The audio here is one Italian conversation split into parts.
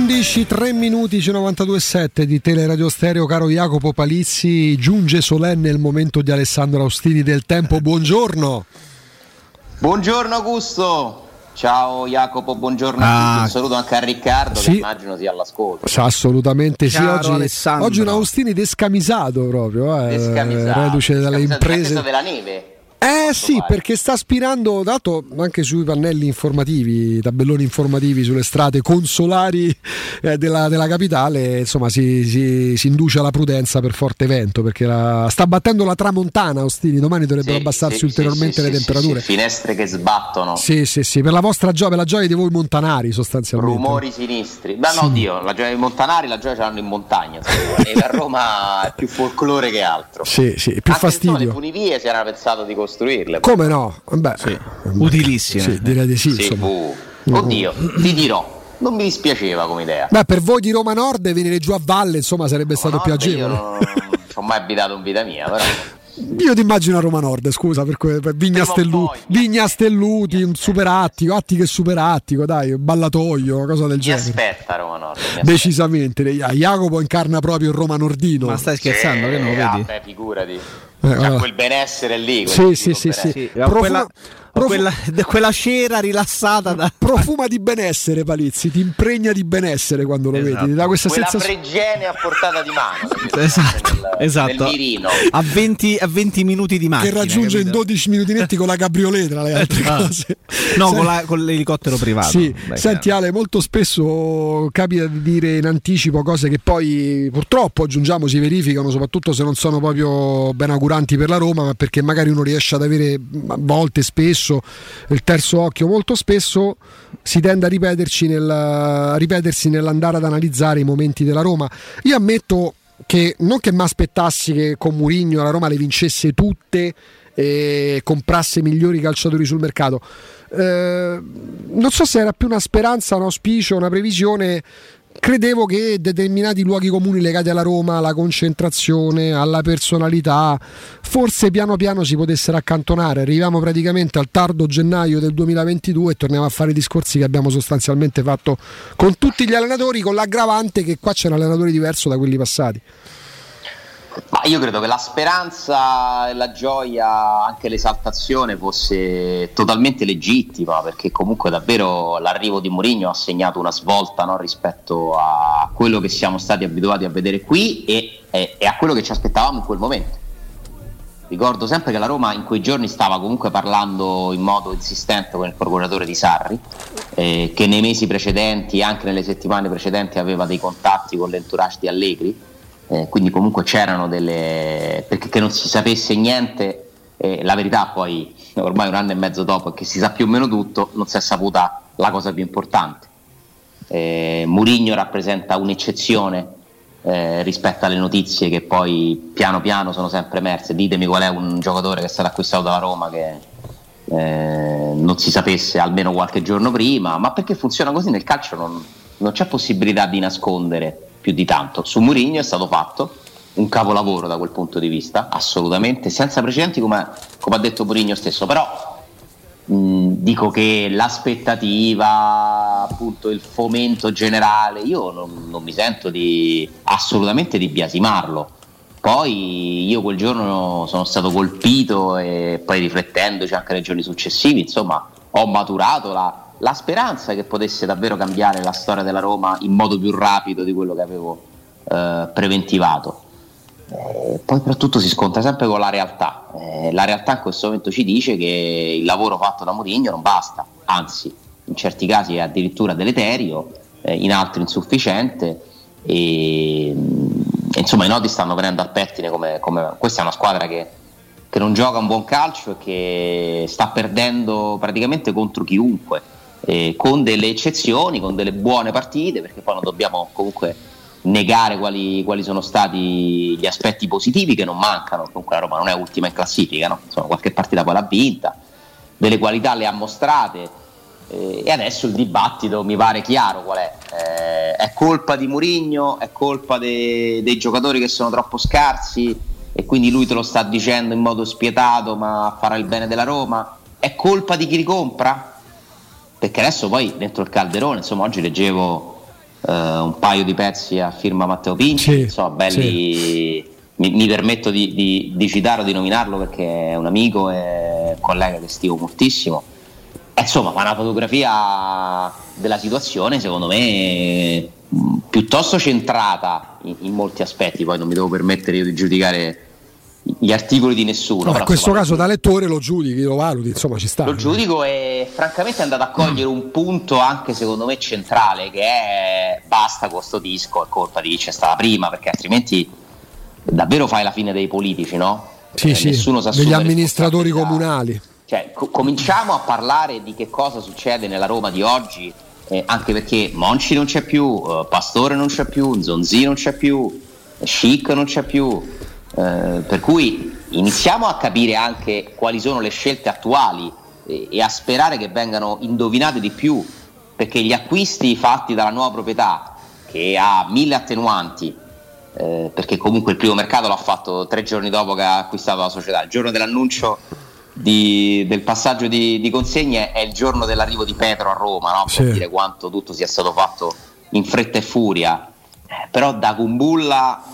11, 3 minuti, 92.7 di Teleradio Stereo. Caro Jacopo Palizzi, giunge solenne il momento di Alessandro Austini del Tempo. Buongiorno. Buongiorno Augusto. Ciao Jacopo, buongiorno a tutti. Un saluto anche a Riccardo, sì, che immagino sia all'ascolto. Assolutamente Caro sì. Oggi un Austini descamisato proprio, Descamisato. reduce dalle imprese della neve. Sì, perché sta aspirando, dato anche sui pannelli informativi, tabelloni informativi sulle strade consolari della capitale, insomma si induce alla prudenza per forte vento, perché sta battendo la tramontana. Austini, domani dovrebbero abbassarsi ulteriormente le temperature. Finestre che sbattono. Sì, per la vostra gioia, per la gioia di voi montanari sostanzialmente. Rumori sinistri. Ma no, Dio, la gioia dei montanari, la gioia ce l'hanno in montagna. E a Roma è più folklore che altro. Sì, più anche fastidio. Insomma, le funivie si era pensato di costruirle. Come no? Beh, sì. Utilissime. Sì, direi di sì. Oddio, ti dirò, non mi dispiaceva come idea. Beh, per voi di Roma Nord venire giù a valle, insomma, sarebbe stato più agevole. Io non ci ho mai abitato in vita mia, però. Io ti immagino a Roma Nord, scusa, per Vigna Stelluti, un superattico, Attico e superattico, dai, un ballatoio, una cosa del genere. Mi aspetta Roma Nord. Decisamente, Jacopo incarna proprio il Roma nordino. Ma stai scherzando, che non lo vedi? Beh, figurati. C'ha quel benessere lì. Sì. Quella cera rilassata profuma di benessere, Palizzi, ti impregna di benessere quando lo vedi, ti dà questa sensazione. Fregene a portata di mano. Esatto. Nel mirino. A 20 minuti di macchina. Che raggiunge in 12 minuti netti con la cabriolet, tra le altre cose. No, con l'elicottero privato. Sì. Senti Ale, molto spesso capita di dire in anticipo cose che poi purtroppo, aggiungiamo, si verificano, soprattutto se non sono proprio ben auguranti per la Roma, ma perché magari uno riesce ad avere a volte, spesso, il terzo occhio. Molto spesso si tende a ripetersi nell'andare ad analizzare i momenti della Roma. Io ammetto che non che mi aspettassi che con Mourinho la Roma le vincesse tutte e comprasse migliori calciatori sul mercato. Non so se era più una speranza, un auspicio, una previsione. Credevo che determinati luoghi comuni legati alla Roma, alla concentrazione, alla personalità, forse piano piano si potessero accantonare. Arriviamo praticamente al tardo gennaio del 2022 e torniamo a fare i discorsi che abbiamo sostanzialmente fatto con tutti gli allenatori, con l'aggravante che qua c'è un allenatore diverso da quelli passati. Ma io credo che la speranza e la gioia, anche l'esaltazione, fosse totalmente legittima, perché comunque davvero l'arrivo di Mourinho ha segnato una svolta, no, rispetto a quello che siamo stati abituati a vedere qui e a quello che ci aspettavamo in quel momento. Ricordo sempre che la Roma in quei giorni stava comunque parlando in modo insistente con il procuratore di Sarri, che nei mesi precedenti e anche nelle settimane precedenti aveva dei contatti con l'entourage di Allegri. Quindi comunque c'erano perché che non si sapesse niente, la verità poi ormai un anno e mezzo dopo è che si sa più o meno tutto, non si è saputa la cosa più importante. Mourinho rappresenta un'eccezione rispetto alle notizie che poi piano piano sono sempre emerse. Ditemi qual è un giocatore che è stato acquistato dalla Roma che non si sapesse almeno qualche giorno prima, ma perché funziona così nel calcio, non c'è possibilità di nascondere più di tanto. Su Mourinho è stato fatto un capolavoro da quel punto di vista, assolutamente senza precedenti, come ha detto Mourinho stesso. Però dico che l'aspettativa, appunto il fomento generale, io non mi sento assolutamente di biasimarlo. Poi io quel giorno sono stato colpito e poi riflettendoci anche nei giorni successivi, insomma, ho maturato la speranza che potesse davvero cambiare la storia della Roma in modo più rapido di quello che avevo preventivato. Poi però tutto si scontra sempre con la realtà. La realtà in questo momento ci dice che il lavoro fatto da Mourinho non basta, anzi in certi casi è addirittura deleterio, in altri insufficiente e insomma i nodi stanno venendo al pettine come questa è una squadra che non gioca un buon calcio e che sta perdendo praticamente contro chiunque, con delle eccezioni, con delle buone partite, perché poi non dobbiamo comunque negare quali sono stati gli aspetti positivi che non mancano. Comunque la Roma non è ultima in classifica, no? Insomma, qualche partita poi l'ha vinta, delle qualità le ha mostrate, e adesso il dibattito mi pare chiaro qual è colpa di Mourinho, è colpa dei giocatori che sono troppo scarsi e quindi lui te lo sta dicendo in modo spietato ma farà il bene della Roma, è colpa di chi li compra? Perché adesso poi dentro il calderone, insomma, oggi leggevo un paio di pezzi a firma Matteo Pinci, insomma, belli. Mi permetto di citarlo, di nominarlo perché è un amico e un collega che stimo moltissimo. Insomma, fa una fotografia della situazione, secondo me, piuttosto centrata in molti aspetti. Poi non mi devo permettere io di giudicare gli articoli di nessuno. No, in questo caso da lettore lo giudichi, lo valuti, insomma ci sta. Lo giudico e francamente è andato a cogliere un punto anche secondo me centrale, che è basta con sto disco, è colpa di chi c'è stata prima, perché altrimenti davvero fai la fine dei politici, no? Sì, nessuno sa degli amministratori comunali. Cioè, cominciamo a parlare di che cosa succede nella Roma di oggi, anche perché Monci non c'è più, Pastore non c'è più, Zonzi non c'è più, Schick non c'è più, per cui iniziamo a capire anche quali sono le scelte attuali e a sperare che vengano indovinate di più, perché gli acquisti fatti dalla nuova proprietà, che ha 1000 attenuanti, perché comunque il primo mercato l'ha fatto 3 giorni dopo che ha acquistato la società, il giorno dell'annuncio del passaggio di consegne è il giorno dell'arrivo di Petro a Roma, no? Per dire quanto tutto sia stato fatto in fretta e furia, però da Kumbulla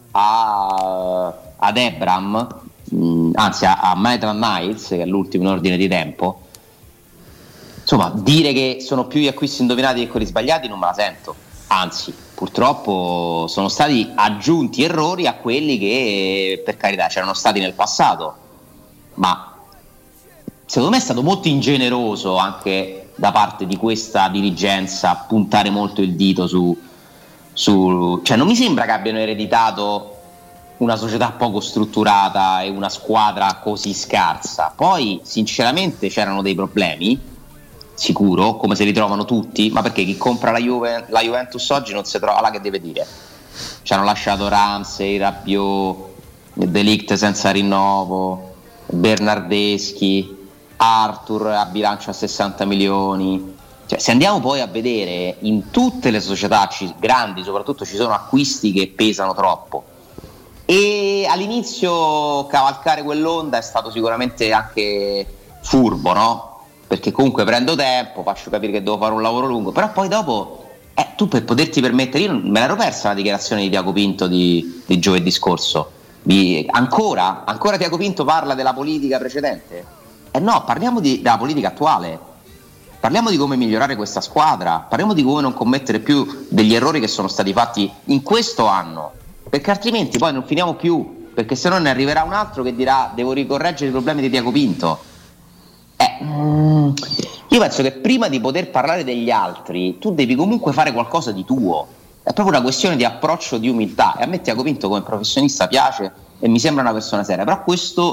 ad Ebram, anzi a Maitland Niles, che è l'ultimo in ordine di tempo, insomma, dire che sono più gli acquisti indovinati che quelli sbagliati non me la sento, anzi purtroppo sono stati aggiunti errori a quelli che per carità c'erano stati nel passato, ma secondo me è stato molto ingeneroso anche da parte di questa dirigenza puntare molto il dito su cioè non mi sembra che abbiano ereditato una società poco strutturata e una squadra così scarsa. Poi sinceramente c'erano dei problemi, sicuro, come se li trovano tutti, ma perché chi compra la Juventus oggi non si trova là che deve dire. Ci hanno lasciato Ramsey, Rabiot, De Ligt senza rinnovo, Bernardeschi, Arthur a bilancio a 60 milioni. Cioè, se andiamo poi a vedere in tutte le società grandi soprattutto ci sono acquisti che pesano troppo, e all'inizio cavalcare quell'onda è stato sicuramente anche furbo, no? Perché comunque prendo tempo, faccio capire che devo fare un lavoro lungo, però poi dopo tu per poterti permettere, io me l'ero persa la dichiarazione di Tiago Pinto di giovedì scorso, ancora Tiago Pinto parla della politica precedente? No, parliamo della politica attuale, parliamo di come migliorare questa squadra, parliamo di come non commettere più degli errori che sono stati fatti in questo anno, perché altrimenti poi non finiamo più, perché se no ne arriverà un altro che dirà devo ricorreggere i problemi di Tiago Pinto. Io penso che prima di poter parlare degli altri tu devi comunque fare qualcosa di tuo, è proprio una questione di approccio, di umiltà, e a me Tiago Pinto come professionista piace e mi sembra una persona seria, però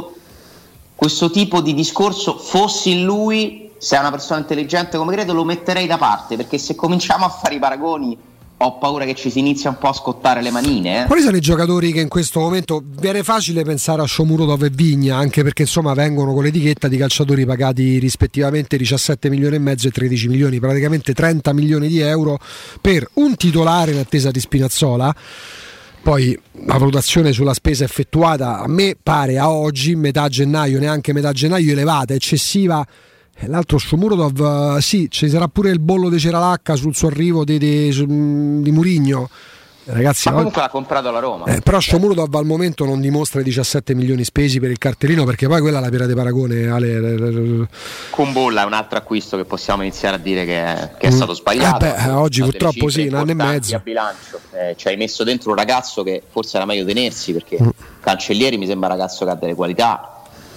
questo tipo di discorso, fossi lui, se è una persona intelligente come credo, lo metterei da parte, perché se cominciamo a fare i paragoni ho paura che ci si inizia un po' a scottare le manine. Quali sono i giocatori che in questo momento viene facile pensare a Shomurodov e Vigna, anche perché insomma vengono con l'etichetta di calciatori pagati rispettivamente 17 milioni e mezzo e 13 milioni, praticamente 30 milioni di euro per un titolare in attesa di Spinazzola. Poi la valutazione sulla spesa effettuata a me pare a oggi, metà gennaio, neanche metà gennaio, elevata, eccessiva. L'altro Shomurodov, sì, ci sarà pure il bollo di Ceralacca sul suo arrivo di Mourinho, ragazzi. Ma comunque l'ha comprato la Roma. Però Shomurodov al momento non dimostra i 17 milioni spesi per il cartellino, perché poi quella è la pera di paragone. Kumbulla è un altro acquisto che possiamo iniziare a dire che è stato sbagliato. Oggi purtroppo sì, un anno e mezzo. A bilancio. Ci hai messo dentro un ragazzo che forse era meglio tenersi, perché Cancellieri mi sembra un ragazzo che ha delle qualità.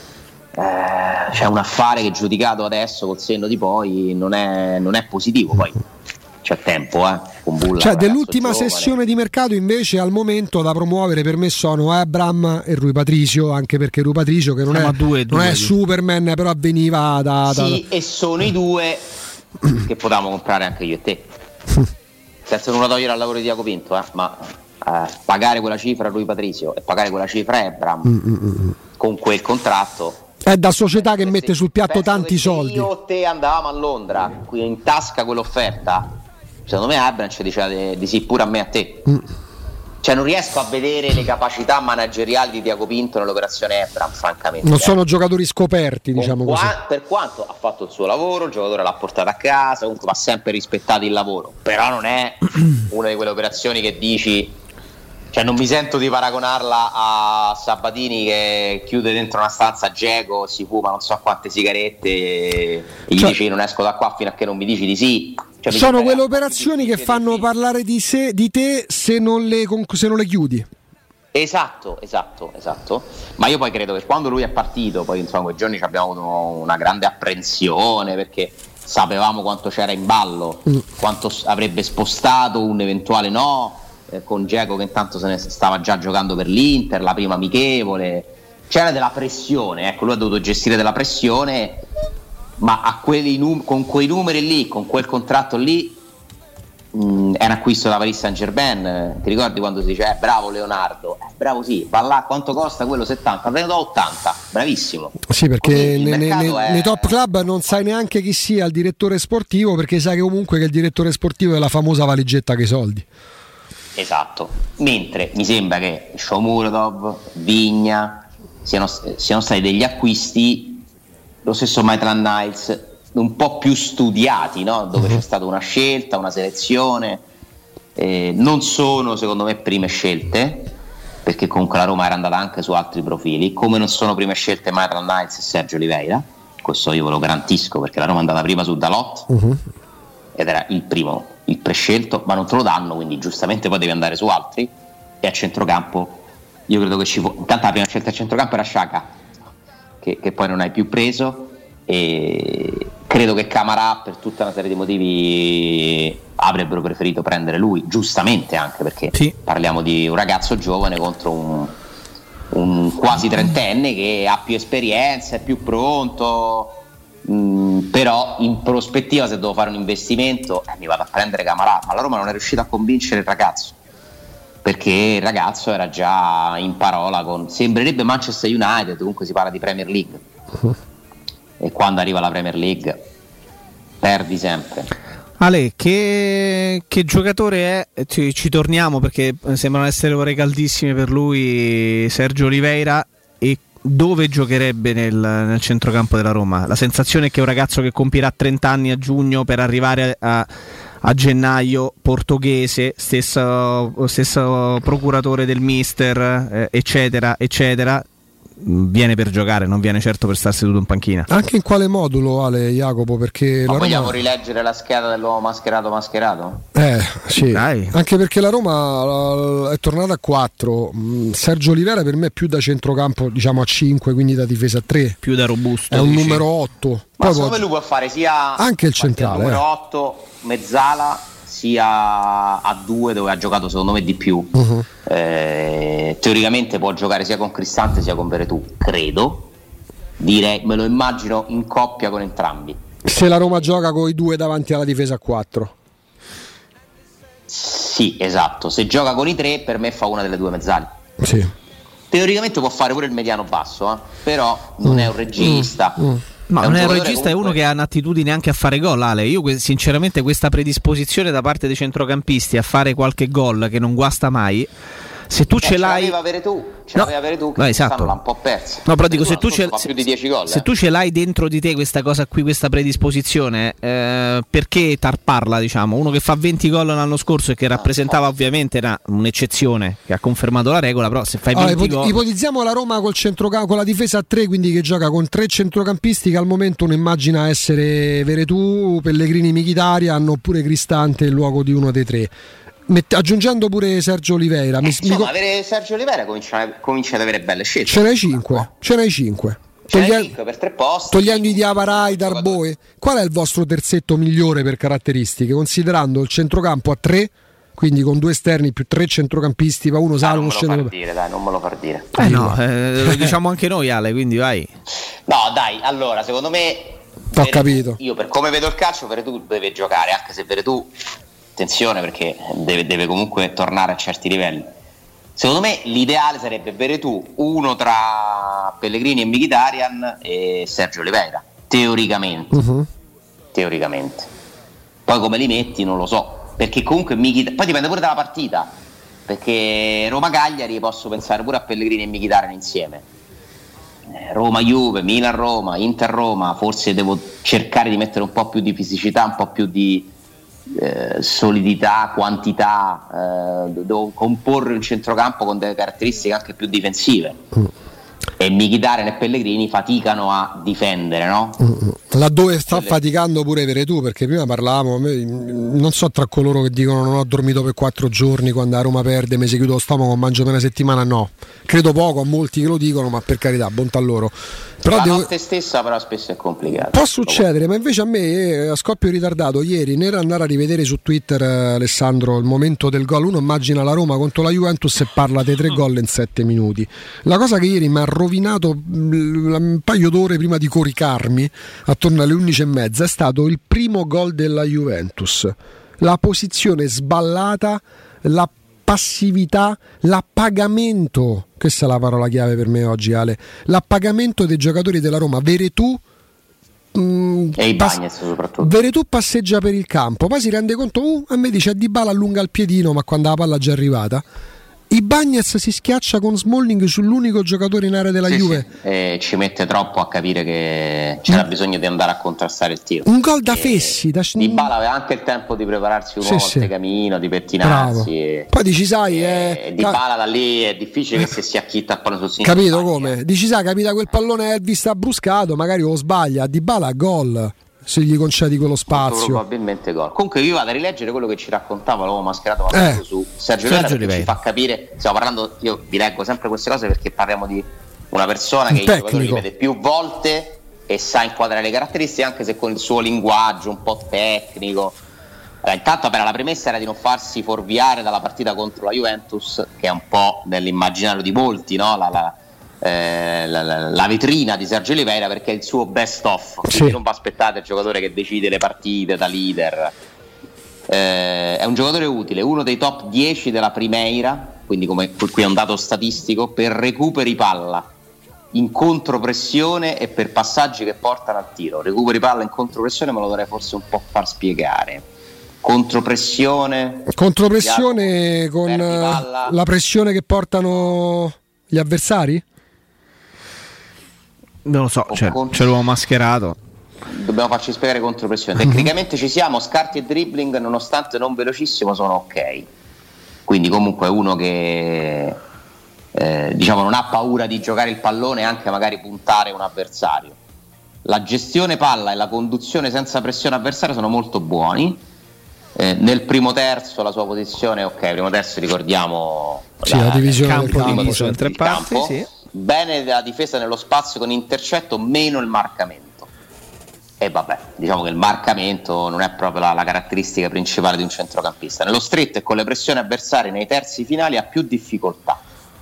C'è un affare che giudicato adesso col senno di poi non è positivo, poi c'è tempo Kumbulla, cioè dell'ultima giovane. Sessione di mercato invece al momento da promuovere per me sono Ebram e Rui Patricio, anche perché Rui Patricio che non è Superman, però avveniva sì, e sono i due che potevamo comprare anche io e te senza nulla togliere al lavoro di Tiago Pinto, ma pagare quella cifra a Rui Patricio e pagare quella cifra a Ebram con quel contratto è da società che mette sul piatto tanti soldi. Io o te andavamo a Londra, qui in tasca quell'offerta, secondo me Abraham ci diceva di sì pure a me e a te. Cioè non riesco a vedere le capacità manageriali di Tiago Pinto nell'operazione Abraham, francamente. Non sono giocatori scoperti, diciamo così. Per quanto ha fatto il suo lavoro, il giocatore l'ha portato a casa, comunque va sempre rispettato il lavoro, però non è un una di quelle operazioni che dici, cioè non mi sento di paragonarla a Sabatini che chiude dentro una stanza Dzeko, si fuma non so quante sigarette e gli dici non esco da qua fino a che non mi dici di sì. Cioè, sono quelle operazioni che fanno parlare di te se non le chiudi. Esatto. Ma io poi credo che quando lui è partito, poi insomma quei giorni abbiamo avuto una grande apprensione perché sapevamo quanto c'era in ballo, quanto avrebbe spostato un eventuale no, con Dzeko che intanto se ne stava già giocando per l'Inter, la prima amichevole, c'era della pressione, ecco, lui ha dovuto gestire della pressione, ma con quei numeri lì, con quel contratto lì, è un acquisto da Paris Saint-Germain. Ti ricordi quando si dice bravo Leonardo, bravo, sì, va là, quanto costa quello? 70, te ne do 80, bravissimo. Sì, perché nei top club non sai neanche chi sia il direttore sportivo, perché sai che comunque che il direttore sportivo è la famosa valigetta che i soldi. Esatto, mentre mi sembra che Shomurodov, Vigna siano stati degli acquisti, lo stesso Maitland-Niles, un po' più studiati, no? Dove c'è stata una scelta, una selezione, non sono secondo me prime scelte, perché comunque la Roma era andata anche su altri profili, come non sono prime scelte Maitland-Niles e Sergio Oliveira, questo io ve lo garantisco, perché la Roma è andata prima su Dalot ed era il prescelto, ma non te lo danno, quindi giustamente poi devi andare su altri. E a centrocampo io credo che intanto la prima scelta a centrocampo era Xhaka, che poi non hai più preso, e credo che Camarà per tutta una serie di motivi avrebbero preferito prendere lui, giustamente, anche perché parliamo di un ragazzo giovane contro un quasi trentenne che ha più esperienza, è più pronto, però in prospettiva se devo fare un investimento mi vado a prendere Camarà, ma la Roma non è riuscita a convincere il ragazzo, perché il ragazzo era già in parola con, sembrerebbe Manchester United, comunque si parla di Premier League, e quando arriva la Premier League perdi sempre. Ale, che giocatore è? Ci torniamo perché sembrano essere ore caldissime per lui, Sergio Oliveira, e dove giocherebbe nel centrocampo della Roma? La sensazione è che è un ragazzo che compirà 30 anni a giugno per arrivare a gennaio, portoghese, stesso procuratore del mister, eccetera, viene per giocare, non viene certo per star seduto in panchina. Anche in quale modulo, Ale, Jacopo? Perché ma vogliamo rileggere la scheda dell'uomo mascherato? Sì. Dai. Anche perché la Roma è tornata a 4. Sergio Oliveira per me è più da centrocampo, diciamo a 5, quindi da difesa a 3, più da robusto, è un numero 8. Ma poi lui può fare sia anche il centrale, numero 8 mezzala, sia a 2 dove ha giocato secondo me di più. Teoricamente può giocare sia con Cristante sia con Veretù, credo, direi, me lo immagino in coppia con entrambi, se la Roma gioca con i 2 davanti alla difesa a 4. Sì, esatto, se gioca con i 3 per me fa una delle 2 mezzali. Sì. Teoricamente può fare pure il mediano basso, però non è un regista. Ma non è un regista, è uno che ha un'attitudine anche a fare gol, Ale. Io sinceramente questa predisposizione da parte dei centrocampisti a fare qualche gol che non guasta mai, se tu ce l'hai, l'aveva Veretù, che esatto, l'ha un po' perso. No, però dico, se tu ce l'hai dentro di te questa cosa qui, questa predisposizione, perché tarparla, diciamo? Uno che fa 20 gol l'anno scorso e che rappresentava ovviamente un'eccezione che ha confermato la regola, però se fai 20 gol... Ipotizziamo la Roma con la difesa a 3, quindi che gioca con 3 centrocampisti che al momento uno immagina essere Veretù, Pellegrini, Mkhitaryan oppure Cristante in luogo di uno dei 3. Aggiungendo pure Sergio Oliveira, avere Sergio Oliveira comincia ad avere belle scelte. Ce n'hai 5 per 3 posti, togliendo i Diavarai, Darboe. Qual è il vostro terzetto migliore per caratteristiche, considerando il centrocampo a 3, quindi con 2 esterni più 3 centrocampisti, va uno sale, uno scende? Non me lo far dire. Lo diciamo anche noi, Ale, quindi vai. No, dai, allora, secondo me ho capito. Io per come vedo il calcio, Veretù deve giocare, anche se Veretù, attenzione, perché deve comunque tornare a certi livelli. Secondo me l'ideale sarebbe Veretù, uno tra Pellegrini e Mkhitaryan e Sergio Oliveira, teoricamente. Poi come li metti non lo so, perché comunque poi dipende pure dalla partita, perché Roma-Cagliari posso pensare pure a Pellegrini e Mkhitaryan insieme, Roma-Juve, Milan-Roma, Inter-Roma, forse devo cercare di mettere un po' più di fisicità, un po' più di solidità, quantità, devo comporre un centrocampo con delle caratteristiche anche più difensive. E Mkhitaryan e Pellegrini faticano a difendere, no? Laddove sta faticando pure Veretù, perché prima parlavamo, non so, tra coloro che dicono non ho dormito per 4 giorni quando a Roma perde, mi si chiude lo stomaco, mangio per una settimana, no, credo poco a molti che lo dicono, ma per carità, bontà loro. Però la notte stessa però spesso è complicato. Può succedere, ma invece a me a scoppio ritardato ieri nell'andare a rivedere su Twitter, Alessandro, il momento del gol, uno immagina la Roma contro la Juventus e parla dei 3 gol in 7 minuti. La cosa che ieri mi ha rovinato un paio d'ore prima di coricarmi, attorno alle 11:30, è stato il primo gol della Juventus. La posizione sballata, la passività, l'appagamento, questa è la parola chiave per me oggi, Ale, l'appagamento dei giocatori della Roma. Veretù e i Bagnez soprattutto. Veretù passeggia per il campo, poi si rende conto, a me dice Dybala allunga il piedino, ma quando la palla è già arrivata. I Bagnez si schiaccia con Smalling sull'unico giocatore in area della Juve. Sì. E ci mette troppo a capire che c'era bisogno di andare a contrastare il tiro. Un gol da fessi. Dybala aveva anche il tempo di prepararsi un nuovo antegamino, di pettinarsi. Poi dici, sai, Dybala da lì è difficile che se si acchitta il pallone sul sinistro. Capito come? Dici, sai, capita quel pallone Elvis sta bruscato, magari lo sbaglia. Dybala gol. Se gli concedi quello spazio, probabilmente gol. Comunque vi vado a rileggere quello che ci raccontava l'uomo mascherato su Sergio Rivera, ci fa capire, stiamo parlando, io vi leggo sempre queste cose perché parliamo di una persona che i giocatori li vede più volte e sa inquadrare le caratteristiche, anche se con il suo linguaggio un po' tecnico. Intanto la premessa era di non farsi fuorviare dalla partita contro la Juventus, che è un po' nell'immaginario di molti, no? La vetrina di Sergio Oliveira, perché è il suo best of, quindi non vi aspettate il giocatore che decide le partite da leader. È un giocatore utile, uno dei top 10 della Primeira, quindi come qui è un dato statistico, per recuperi palla in contropressione e per passaggi che portano al tiro. Recuperi palla in contropressione me lo dovrei forse un po' far spiegare. Contropressione con la pressione che portano gli avversari? Non lo so, c'è l'uomo mascherato. Dobbiamo farci spiegare contropressione. Tecnicamente ci siamo, scarti e dribbling, nonostante non velocissimo, sono ok. Quindi comunque è uno che non ha paura di giocare il pallone e anche magari puntare un avversario. La gestione palla e la conduzione senza pressione avversaria sono molto buoni. Nel primo terzo la sua posizione, primo terzo ricordiamo la divisione del campo in 3 parti, sì. Bene la difesa nello spazio con intercetto, meno il marcamento. E vabbè, diciamo che il marcamento non è proprio la caratteristica principale di un centrocampista. Nello stretto e con le pressioni avversarie nei terzi finali ha più difficoltà,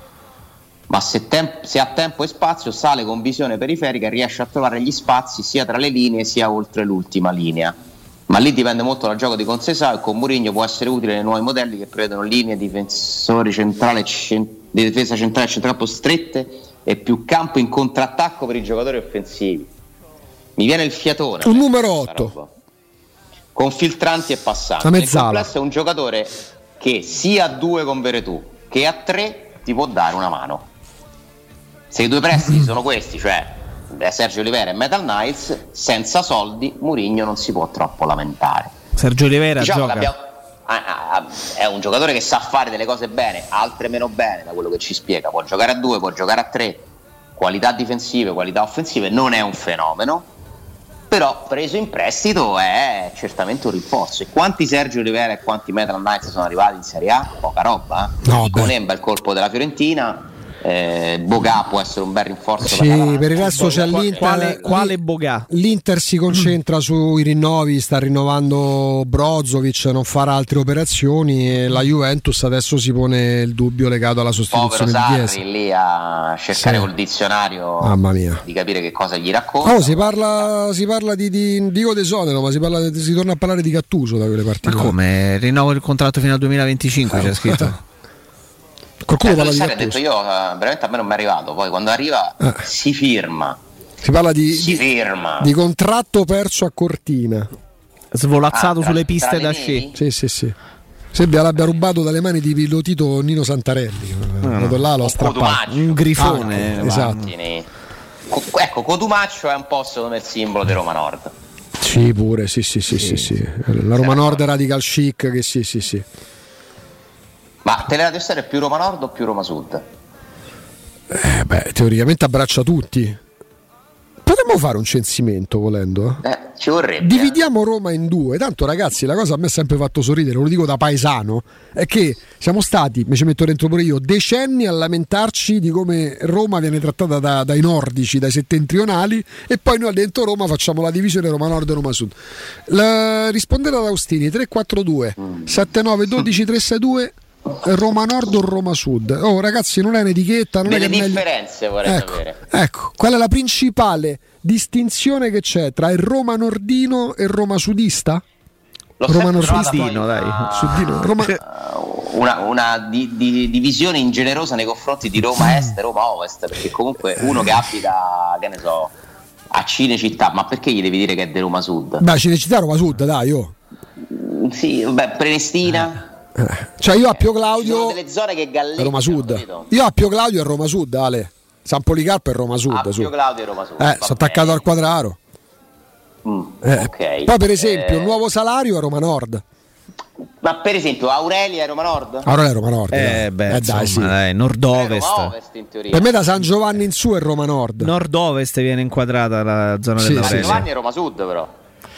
ma se ha tempo e spazio sale con visione periferica e riesce a trovare gli spazi sia tra le linee sia oltre l'ultima linea. Ma lì dipende molto dal gioco di Conceição, e con Mourinho può essere utile nei nuovi modelli che prevedono linee difensori centrali di difesa centrale e centrocampo strette e più campo in contrattacco per i giocatori offensivi. Mi viene il fiatone. Un numero 8 con filtranti e passanti. Nel complesso è un giocatore che sia a 2 con Veretù che a 3 ti può dare una mano. Se i due prestiti sono questi, cioè Sergio Oliveira e Metal Knights, senza soldi Mourinho non si può troppo lamentare. Sergio Oliveira gioca. È un giocatore che sa fare delle cose bene, altre meno bene, da quello che ci spiega. Può giocare a 2, può giocare a 3, qualità difensive, qualità offensive, non è un fenomeno, però preso in prestito è certamente un rinforzo. E quanti Sergio Oliveira e quanti Metal Knights sono arrivati in Serie A? Poca roba, con Emba il colpo della Fiorentina. Boga può essere un bel rinforzo, per il resto c'è l'Inter. Quale Boga? L'Inter si concentra sui rinnovi, sta rinnovando Brozovic, non farà altre operazioni, e la Juventus adesso si pone il dubbio legato alla sostituzione di Chiesa. Sarri lì a cercare col dizionario di capire che cosa gli racconta. Si parla di Diego De Sonero, ma si torna a parlare di Gattuso da quelle partite. Ma come? Rinnovo il contratto fino al 2025, c'è scritto. Qualcuno parla di ha detto io, veramente a me non mi è arrivato. Poi quando arriva si firma. Si parla di contratto perso a Cortina, svolazzato sulle piste da sci. Sì. Sembra l'abbia rubato dalle mani di Pilotito Nino Santarelli. Là l'ho strappato. Un grifone. Esatto. Ecco, Cotumaccio è un po' secondo me il simbolo di Roma Nord. Sì, pure, sì. La Roma Nord Radical Chic, che sì. Ma Teleradio Stereo è più Roma Nord o più Roma Sud? Teoricamente abbraccia tutti. Potremmo fare un censimento volendo. Ci vorrebbe. Dividiamo Roma in due. Tanto ragazzi, la cosa a me ha sempre fatto sorridere, lo dico da paesano, è che siamo stati, mi ci metto dentro pure io, decenni a lamentarci di come Roma viene trattata dai nordici, dai settentrionali, e poi noi dentro Roma facciamo la divisione Roma Nord e Roma Sud. Rispondere ad Austini 342 7912 362 Roma Nord o Roma Sud. Oh ragazzi, non è un'etichetta, non delle è che differenze vorrei sapere. Ecco, qual è la principale distinzione che c'è tra il Roma nordino e il Roma sudista? Roma nordino, dai. Sudino, Roma... una divisione ingenerosa nei confronti di Roma Est e Roma Ovest, perché comunque uno che abita, che ne so, a Cinecittà, ma perché gli devi dire che è di Roma Sud? Beh, Cinecittà Roma Sud, dai, Sì, vabbè, Prenestina. Cioè io Appio Claudio, ci sono delle zone che galleggiano, Roma Sud. capito? Io Appio Claudio è Roma Sud, Ale. San Policarpo è Roma Sud. Appio Claudio è Roma Sud. Sono attaccato al Quadraro. Ok. Poi per esempio il nuovo salario è Roma Nord. Ma per esempio Aurelia è Roma Nord? Aurelia è Roma Nord. Dai, sì. nord-ovest. Roma Ovest in teoria. Per me da San Giovanni in su è Roma Nord. Nord-ovest viene inquadrata la zona dell'Aurelia. San Giovanni è Roma Sud però.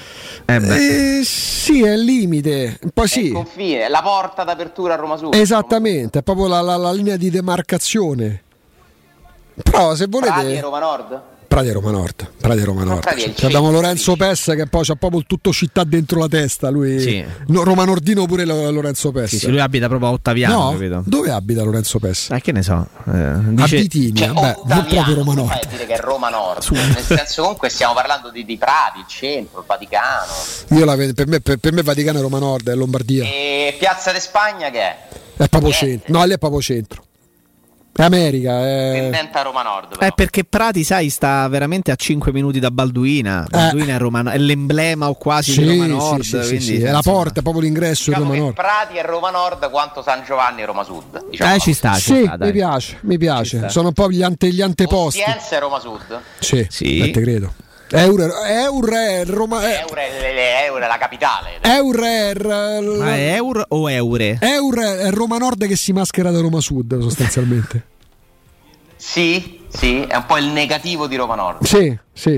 Sì, è il limite. Poi sì. È il confine, la porta d'apertura a Roma Sud. Esattamente, è proprio la linea di demarcazione. Però se volete. Prati è Roma Nord? Prati è Roma Nord. Prati abbiamo Lorenzo Pessa che poi c'ha proprio tutto città dentro la testa. Lui sì. Roma Nordino pure Lorenzo Pessa. Sì, lui abita proprio a Ottaviano, capito? Dove abita Lorenzo Pessa? Che ne so. A Bitini, non proprio Roma Nord. Fai dire che è Roma Nord. Nel senso, comunque stiamo parlando di Prati, il centro, il Vaticano. Per me Vaticano è Roma Nord, è Lombardia. E Piazza de Spagna che è? È proprio centro. No, lì è proprio centro. È America, tendente a Roma Nord. Però. Perché Prati, sai, sta veramente a 5 minuti da Balduina. Balduina è l'emblema o quasi di Roma Nord. Sì. È la porta, è proprio l'ingresso di Roma Nord. Prati è Roma Nord quanto San Giovanni è Roma Sud. Diciamo. Ci sta. Mi piace. Sono un po' gli anteposti. Ostiense è Roma Sud. Sì. Te credo. Eur è Roma. Eur è la capitale. Ma è Eur o Eure? Eur è Roma Nord che si maschera da Roma Sud, sostanzialmente. Sì, è un po' il negativo di Roma Nord. Sì.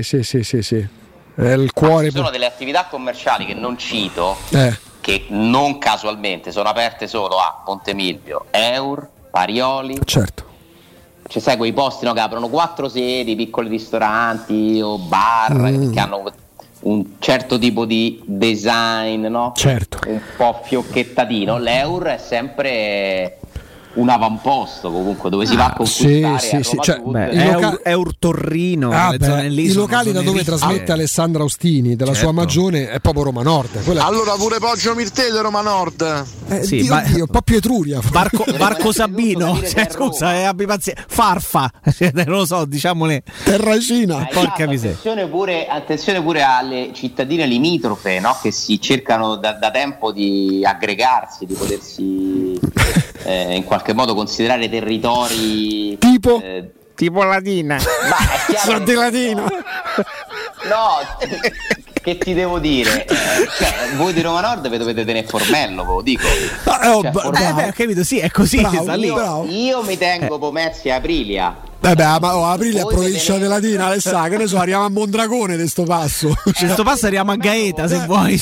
È il cuore. Ci sono delle attività commerciali che non cito, che non casualmente sono aperte solo a Ponte Milvio, Eur, Parioli. Certo. Cioè, sai, quei posti che aprono 4 sedi, piccoli ristoranti o bar che hanno un certo tipo di design, no? Certo. Un po' fiocchettatino. L'Eur è sempre un avamposto comunque dove si va a conquistare Eur Torrino, i locali da dove trasmette Alessandra Austini della sua Magione è proprio Roma Nord. Allora pure Poggio Mirtello è Roma Nord. Dio, un po' più Etruria. Barco Sabino, scusa, abbi pazienza. Farfa, non lo so, diciamole. Terracina. Porca miseria. Attenzione pure alle cittadine limitrofe, no? Che si cercano da tempo di aggregarsi, di potersi in qualche modo considerare territori tipo Latina. Sono di Latino. No, che ti devo dire? Voi di Roma Nord vi dovete tenere Formello, ve lo dico. Ho capito, sì, è così. Io mi tengo Pomezia e Aprilia. Ma Aprilia è provincia di Latina, Alessà, che ne so, arriviamo a Mondragone di sto passo. Questo passo arriviamo a Gaeta, se vuoi.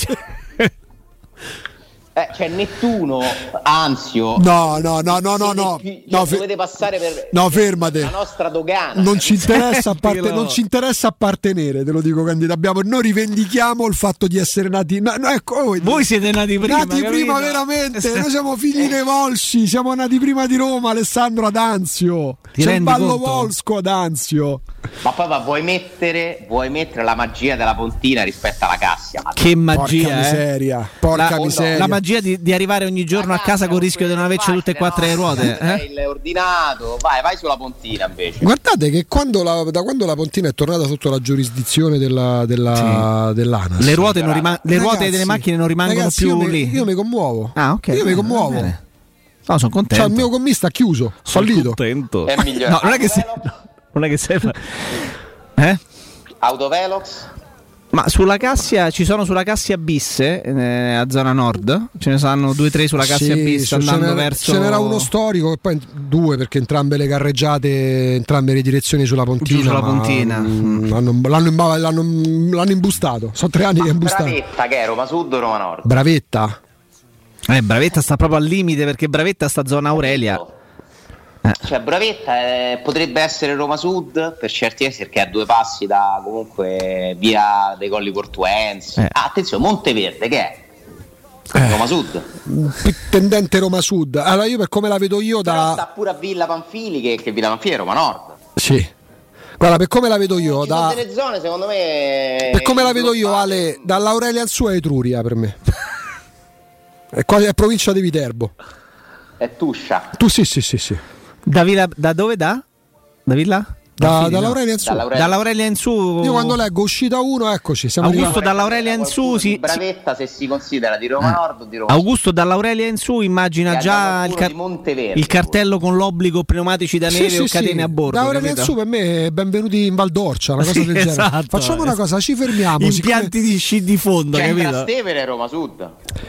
C'è Nettuno, Anzio. No. Dovete passare per fermate. La nostra dogana. Non ci interessa appartenere, te lo dico, candidato. Noi rivendichiamo il fatto di essere nati. Voi siete nati prima. Nati prima, veramente. Noi siamo figli dei Volsci, siamo nati prima di Roma, Alessandro, ad Anzio. C'è il ballo volsco ad Anzio. Ma poi vuoi mettere la magia della Pontina rispetto alla Cassia? Che magia, porca miseria. La magia di arrivare ogni giorno a casa con il rischio di non averci tutte e 4 le ruote. Il ordinato, vai sulla Pontina invece. Guardate che da quando la Pontina è tornata sotto la giurisdizione dell'ANAS, le ruote delle macchine non rimangono più lì. Io mi commuovo. Ok. Io mi commuovo. No, sono contento. Cioè, il mio commista ha chiuso, fallito. Contento. È migliore. No, non è che sei. Autovelox? Ma sulla Cassia ci sono sulla Cassia bis a zona nord? Ce ne saranno 2-3 sulla Cassia bis andando verso. Ce n'era uno storico e poi 2 perché entrambe le carreggiate, entrambe le direzioni sulla Pontina. Giù sulla Pontina. L'hanno imbustato. Sono 3 anni che è imbustato. Bravetta che è Roma Sud o Roma Nord? Bravetta. Bravetta sta proprio al limite perché Bravetta sta zona Aurelia. Cioè Bravetta potrebbe essere Roma Sud per certi versi perché è a 2 passi da comunque via dei Colli Portuensi. Attenzione, Monteverde che è? Roma Sud. Tendente Roma Sud. Allora io per come la vedo io Però sta pure a Villa Panfili che Villa Panfili è Roma Nord. Sì. Guarda, per come la vedo io ci sono delle zone secondo me. Per come la vedo io Ale, dall'Aurelia al su è Etruria per me. È quasi è provincia di Viterbo. È Tuscia. Tu sì. Da dove da? Da Villa? Dall'Aurelia in su. Dall'Aurelia in su. Io quando leggo uscita 1, eccoci. Siamo Augusto dall'Aurelia in su. Bravetta se si considera di Roma Nord o di Roma Augusto dall'Aurelia in su immagina già il cartello con l'obbligo pneumatici da neve o catene a bordo. Dall'Aurelia in su per me benvenuti in Valdorcia, una cosa del genere. Esatto, facciamo una cosa, ci fermiamo. Impianti di sci di fondo, capito? Trastevere è Roma Sud.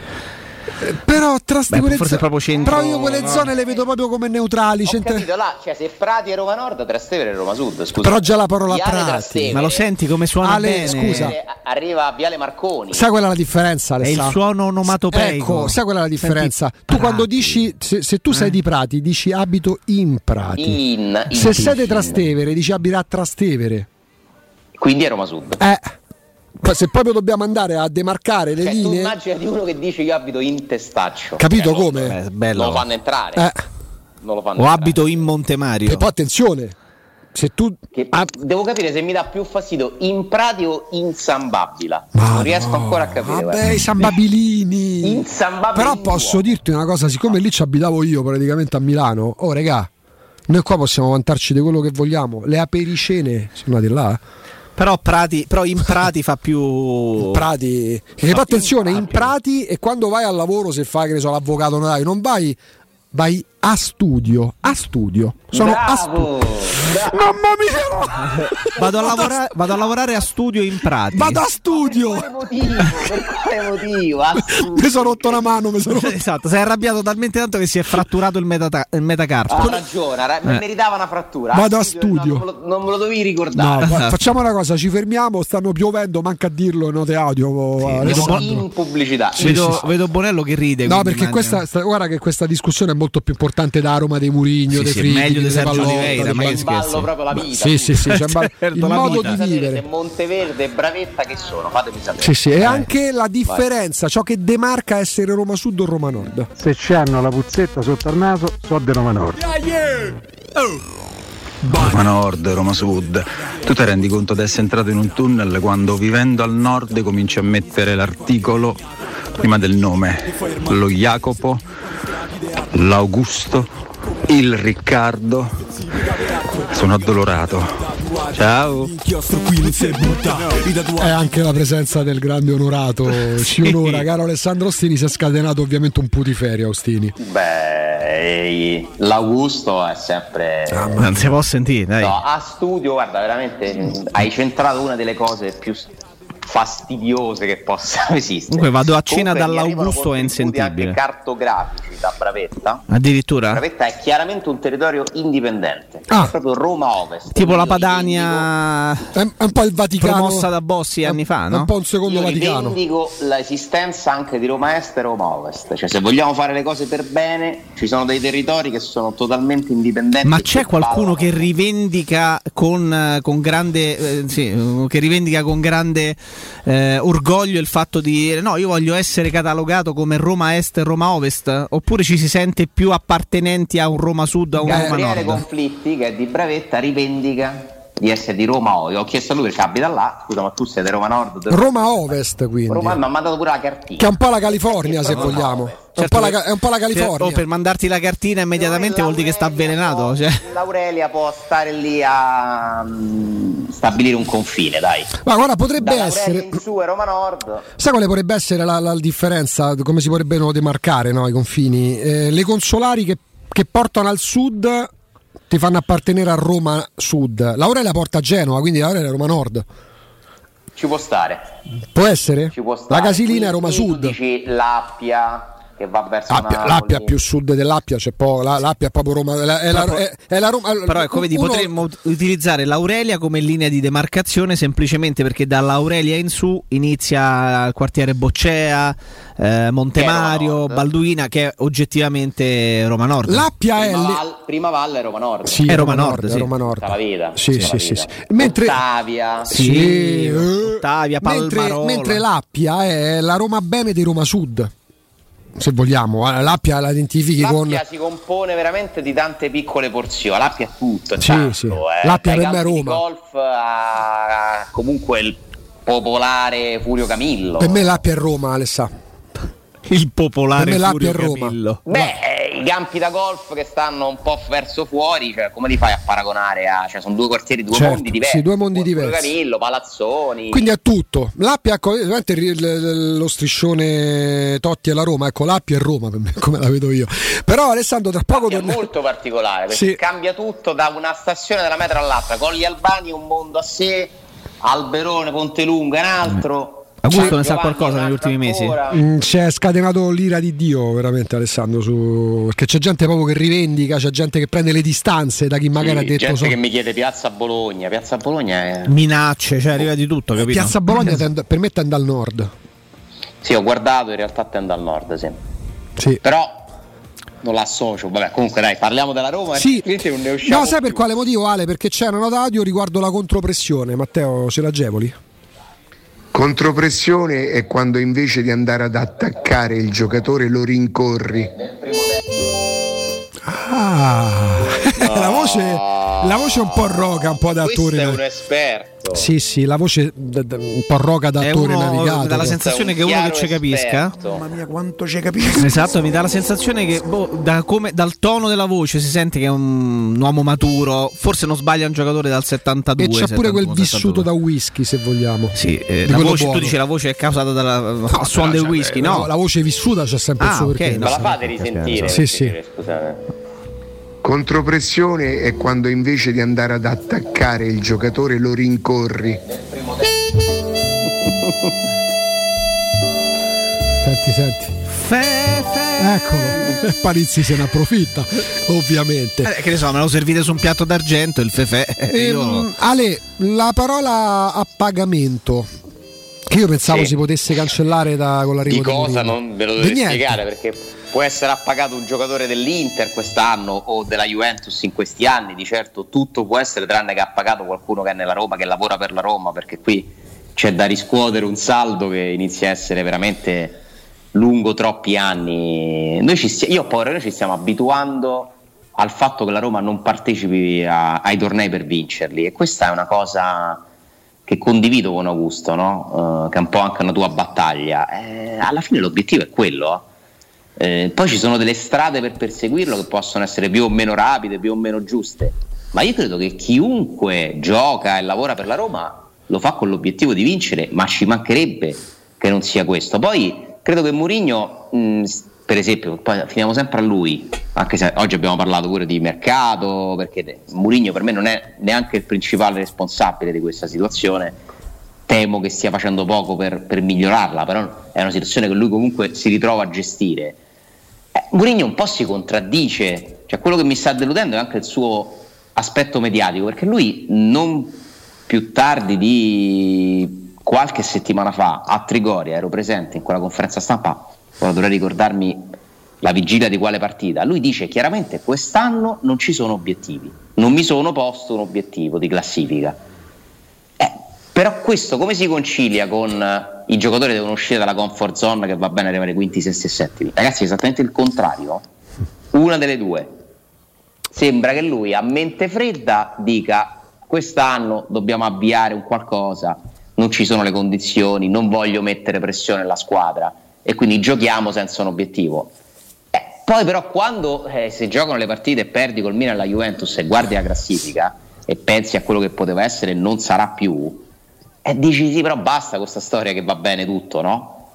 Però forse proprio centro, però io quelle zone le vedo proprio come neutrali. Ho capito là, cioè se Prati è Roma Nord, Trastevere è Roma Sud. Scusa. Però già la parola Prati. Ma lo senti come suona Ale, bene? Scusa. Arriva a Viale Marconi. Sai qual è la differenza? È il suono onomatopeico. Ecco, sai qual è la differenza? Tu quando dici, se tu sei di Prati, dici abito in Prati. Se sei di Trastevere, dici abita a Trastevere. Quindi è Roma Sud. Se proprio dobbiamo andare a demarcare le linee. Tu immagina di uno che dice io abito in Testaccio. Capito come? Bello. Non lo fanno entrare. Non lo fanno entrare. Abito in Montemario. E poi attenzione. Se tu devo capire se mi dà più fastidio in Prati o in San Babila. Non riesco ancora a capire. Vabbè, i San Babilini. In San Babila. Però posso dirti una cosa, siccome lì ci abitavo io praticamente a Milano. Oh regà, noi qua possiamo vantarci di quello che vogliamo. Le apericene sono andate là. Però in Prati fa più. Prati. E poi attenzione, in Prati e quando vai al lavoro, se fai che ne so, l'avvocato notaio, non vai a studio. Sono bravo, a studio. Mamma mia! Vado a lavorare a studio in Prati. Vado a studio. Per quale motivo? Mi sono rotto una mano. Esatto, sei arrabbiato talmente tanto che si è fratturato il metacarpo. Ha ragione, meritava una frattura. Vado a studio. Non me lo dovevi ricordare. No, facciamo una cosa, ci fermiamo, stanno piovendo, manca a dirlo, note audio. In pubblicità. Vedo Bonello che ride. No, perché guarda che questa discussione è molto più importante da Roma dei Murigno, dei Fritti, meglio di Sergio Oliveira, ma che ballo proprio la vita. Sì, c'è il modo di vivere. Monteverde e Bravetta che sono? Fatemi sapere. Sì, e anche la differenza, ciò che demarca essere Roma Sud o Roma Nord. Se c'hanno la puzzetta sotto al naso, so di Roma Nord. Roma Nord, Roma Sud. Tu ti rendi conto di essere entrato in un tunnel quando vivendo al nord cominci a mettere l'articolo prima del nome, lo Jacopo, l'Augusto, il Riccardo. Sono addolorato. Ciao. È anche la presenza del grande onorato. Ci onora, caro Alessandro Ostini. Si è scatenato ovviamente un putiferio, Ostini. Beh, l'Augusto è sempre. Non si può sentire, dai. No, a studio, guarda, veramente hai centrato una delle cose più fastidiose che possano esistere. Comunque vado a cena dall'Augusto, è insentibile. Anche cartografici da Bravetta. Addirittura? Bravetta è chiaramente un territorio indipendente. È proprio Roma Ovest. Tipo la Padania. È un po' il Vaticano. Promossa da Bossi anni fa, no? Un po' un secondo Vaticano. Rivendico l'esistenza anche di Roma Est e Roma Ovest. Cioè, se vogliamo fare le cose per bene, ci sono dei territori che sono totalmente indipendenti. Ma c'è qualcuno che rivendica con grande che rivendica con grande orgoglio il fatto di dire no, io voglio essere catalogato come Roma Est e Roma Ovest, oppure ci si sente più appartenenti a un Roma Sud o a un Roma Nord? Gabriele Conflitti, che è di Bravetta, rivendica di essere di Roma Ovest. Ho chiesto a lui perché abita là. Scusa, ma tu sei di Roma Nord? Roma Ovest, quindi. Roma mi ha mandato pure la cartina. Che è un po' la California, se vogliamo. Certo, è un po' la California. Per mandarti la cartina immediatamente vuol dire che sta avvelenato. Cioè. L'Aurelia può stare lì a stabilire un confine, dai. Ma guarda, potrebbe essere. In su è Roma Nord. Sai quale potrebbe essere la differenza? Come si potrebbero demarcare, no, i confini? Le consolari che portano al sud ti fanno appartenere a Roma Sud. L'Aurelia porta a Genova, quindi l'Aurelia è Roma Nord. Ci può stare. Può essere? Ci può stare. La Casilina è Roma Quindi Sud. tu dici l'Appia che va verso L'Appia più sud dell'Appia c'è l'Appia è proprio Roma, è la Roma. Però ecco, vedi, potremmo utilizzare l'Aurelia come linea di demarcazione, semplicemente perché dall'Aurelia in su inizia il quartiere Boccea, Montemario, Balduina, che è oggettivamente Roma Nord. L'Appia è prima Valle è Roma Nord. Sì, è Roma Nord, sì. Roma Nord. La vita. Sì. Mentre Ottavia. Sì, Ottavia, Palmarolo. mentre l'Appia è la Roma Bene di Roma Sud. Se vogliamo, l'Appia la identifichi L'Appia si compone veramente di tante piccole porzioni. L'Appia è tutto. Sì. L'Appia per me è Roma. Il golf ha comunque il popolare Furio Camillo. Per me l'Appia è Roma, Alessà. Il popolare per me Furio l'Appia è Roma. Camillo. I campi da golf che stanno un po' verso fuori, cioè, come li fai a paragonare cioè, sono due quartieri, mondi diversi. Sì, due mondi diversi. Camillo, Palazzoni. Quindi è tutto. L'Appia, lo striscione Totti e la Roma, ecco, l'Appia è Roma per me, come la vedo io. Però Alessandro, tra poco è molto particolare, perché cambia tutto da una stazione della metro all'altra. Colli Albani è un mondo a sé, Alberone, Pontelunga è un altro. Augusto ne sa qualcosa negli ultimi mesi? C'è scatenato l'ira di Dio veramente, Alessandro, perché c'è gente proprio che rivendica, c'è gente che prende le distanze da chi magari ha detto gente che mi chiede Piazza Bologna è minacce, cioè arriva di tutto, capito? Piazza Bologna per me tende al nord. Sì, ho guardato, in realtà tende al nord, sì. Però non l'associo. Vabbè, comunque dai, parliamo della Roma. Sì. Non ne usciamo. No, sai per quale motivo, Ale? Perché c'è una nota audio riguardo la contropressione. Matteo, ce l'agevoli? Contropressione è quando invece di andare ad attaccare il giocatore lo rincorri. La voce è un po' roca, un po' da attore. Questo è un esperto. Sì, la voce un po' roca da attore navigato. Mi dà la sensazione che uno che ci capisca. Mamma mia, quanto ci capisco. Esatto, mi dà la sensazione che dal tono della voce si sente che è un uomo maturo. Forse non sbaglia un giocatore dal 72. E c'è pure quel vissuto da whisky, se vogliamo. Sì, la voce, tu dici la voce è causata dal suono del whisky, no? La voce vissuta c'è sempre il suo perché. Ma la fate risentire? Sì. Scusate. Contropressione è quando invece di andare ad attaccare il giocatore lo rincorri. Senti. Eccolo, Parizzi se ne approfitta, ovviamente. Che ne so, me lo servite su un piatto d'argento il fefè. Ale, la parola a pagamento, che io pensavo si potesse cancellare con l'arrivo di cosa Mourinho. Non ve lo devo spiegare, perché può essere appagato un giocatore dell'Inter quest'anno o della Juventus in questi anni, di certo tutto può essere, tranne che ha pagato qualcuno che è nella Roma, che lavora per la Roma, perché qui c'è da riscuotere un saldo che inizia a essere veramente lungo troppi anni. Noi ci stiamo abituando al fatto che la Roma non partecipi ai tornei per vincerli, e questa è una cosa che condivido con Augusto, no? Che è un po' anche una tua battaglia. Alla fine l'obiettivo è quello. Poi ci sono delle strade per perseguirlo che possono essere più o meno rapide, più o meno giuste, ma io credo che chiunque gioca e lavora per la Roma lo fa con l'obiettivo di vincere, ma ci mancherebbe che non sia questo. Poi credo che Mourinho, per esempio, poi finiamo sempre a lui, anche se oggi abbiamo parlato pure di mercato, perché Mourinho per me non è neanche il principale responsabile di questa situazione. Temo che stia facendo poco per migliorarla, però è una situazione che lui comunque si ritrova a gestire. Mourinho un po' si contraddice, cioè quello che mi sta deludendo è anche il suo aspetto mediatico, perché lui non più tardi di qualche settimana fa a Trigoria, ero presente in quella conferenza stampa, ora dovrei ricordarmi la vigilia di quale partita, lui dice chiaramente: quest'anno non ci sono obiettivi, non mi sono posto un obiettivo di classifica. Però questo come si concilia con i giocatori devono uscire dalla comfort zone, che va bene arrivare quinti, sesti e settimi? Ragazzi, è esattamente il contrario. Una delle due. Sembra che lui a mente fredda dica: quest'anno dobbiamo avviare un qualcosa, non ci sono le condizioni, non voglio mettere pressione alla squadra e quindi giochiamo senza un obiettivo. Poi però quando si giocano le partite e perdi col Milan e la Juventus e guardi la classifica e pensi a quello che poteva essere e non sarà più, dici sì, però basta questa storia che va bene tutto, no?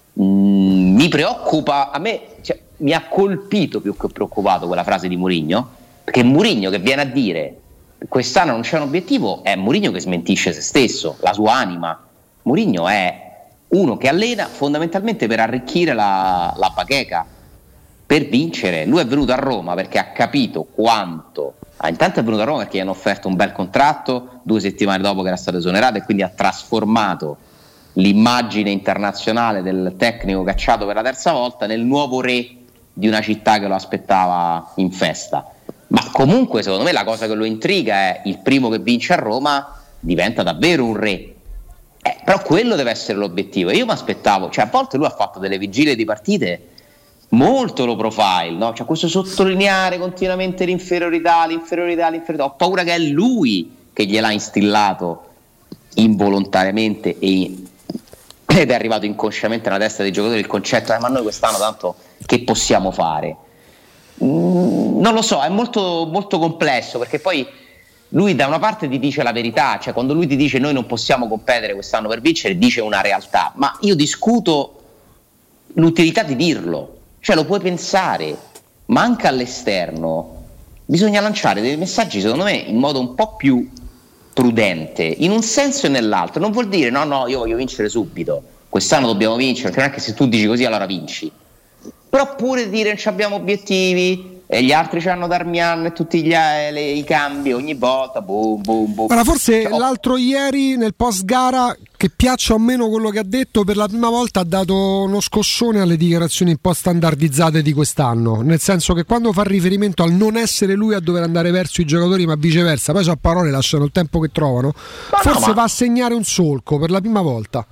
Mi preoccupa, a me mi ha colpito più che preoccupato quella frase di Mourinho, perché Mourinho che viene a dire quest'anno non c'è un obiettivo è Mourinho che smentisce se stesso, la sua anima, Mourinho è uno che allena fondamentalmente per arricchire la bacheca, per vincere. Lui è venuto a Roma perché ha capito quanto. Intanto è venuto a Roma perché gli hanno offerto un bel contratto 2 settimane dopo che era stato esonerato, e quindi ha trasformato l'immagine internazionale del tecnico cacciato per la terza volta nel nuovo re di una città che lo aspettava in festa. Ma comunque secondo me la cosa che lo intriga è il primo che vince a Roma diventa davvero un re. Però quello deve essere l'obiettivo. Io mi aspettavo, a volte lui ha fatto delle vigilie di partite molto low profile, no? Questo sottolineare continuamente l'inferiorità. Ho paura che è lui che gliel'ha instillato involontariamente ed è arrivato inconsciamente nella testa dei giocatori il concetto ma noi quest'anno tanto che possiamo fare? Non lo so, è molto, molto complesso, perché poi lui da una parte ti dice la verità, quando lui ti dice noi non possiamo competere quest'anno per vincere, dice una realtà, ma io discuto l'utilità di dirlo, lo puoi pensare, ma anche all'esterno bisogna lanciare dei messaggi secondo me in modo un po' più prudente, in un senso e nell'altro. Non vuol dire no, io voglio vincere subito, quest'anno dobbiamo vincere, perché non è che se tu dici così allora vinci, però pure dire non abbiamo obiettivi e gli altri c'hanno Darmian e tutti i cambi ogni volta boom. Allora, forse l'altro ieri nel post gara, che piaccia o meno quello che ha detto, per la prima volta ha dato uno scossone alle dichiarazioni un po' standardizzate di quest'anno, nel senso che quando fa riferimento al non essere lui a dover andare verso i giocatori ma viceversa, poi sono parole, lasciano il tempo che trovano, forse va a segnare un solco per la prima volta.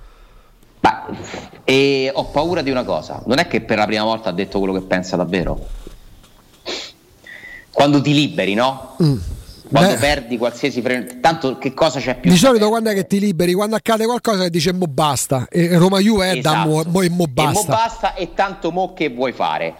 E ho paura di una cosa, non è che per la prima volta ha detto quello che pensa davvero. Quando ti liberi, no? Quando perdi qualsiasi tanto che cosa c'è più? Di solito quando è che ti liberi? Quando accade qualcosa che dice mo basta, e Roma Juve è da mo basta. E tanto mo che vuoi fare?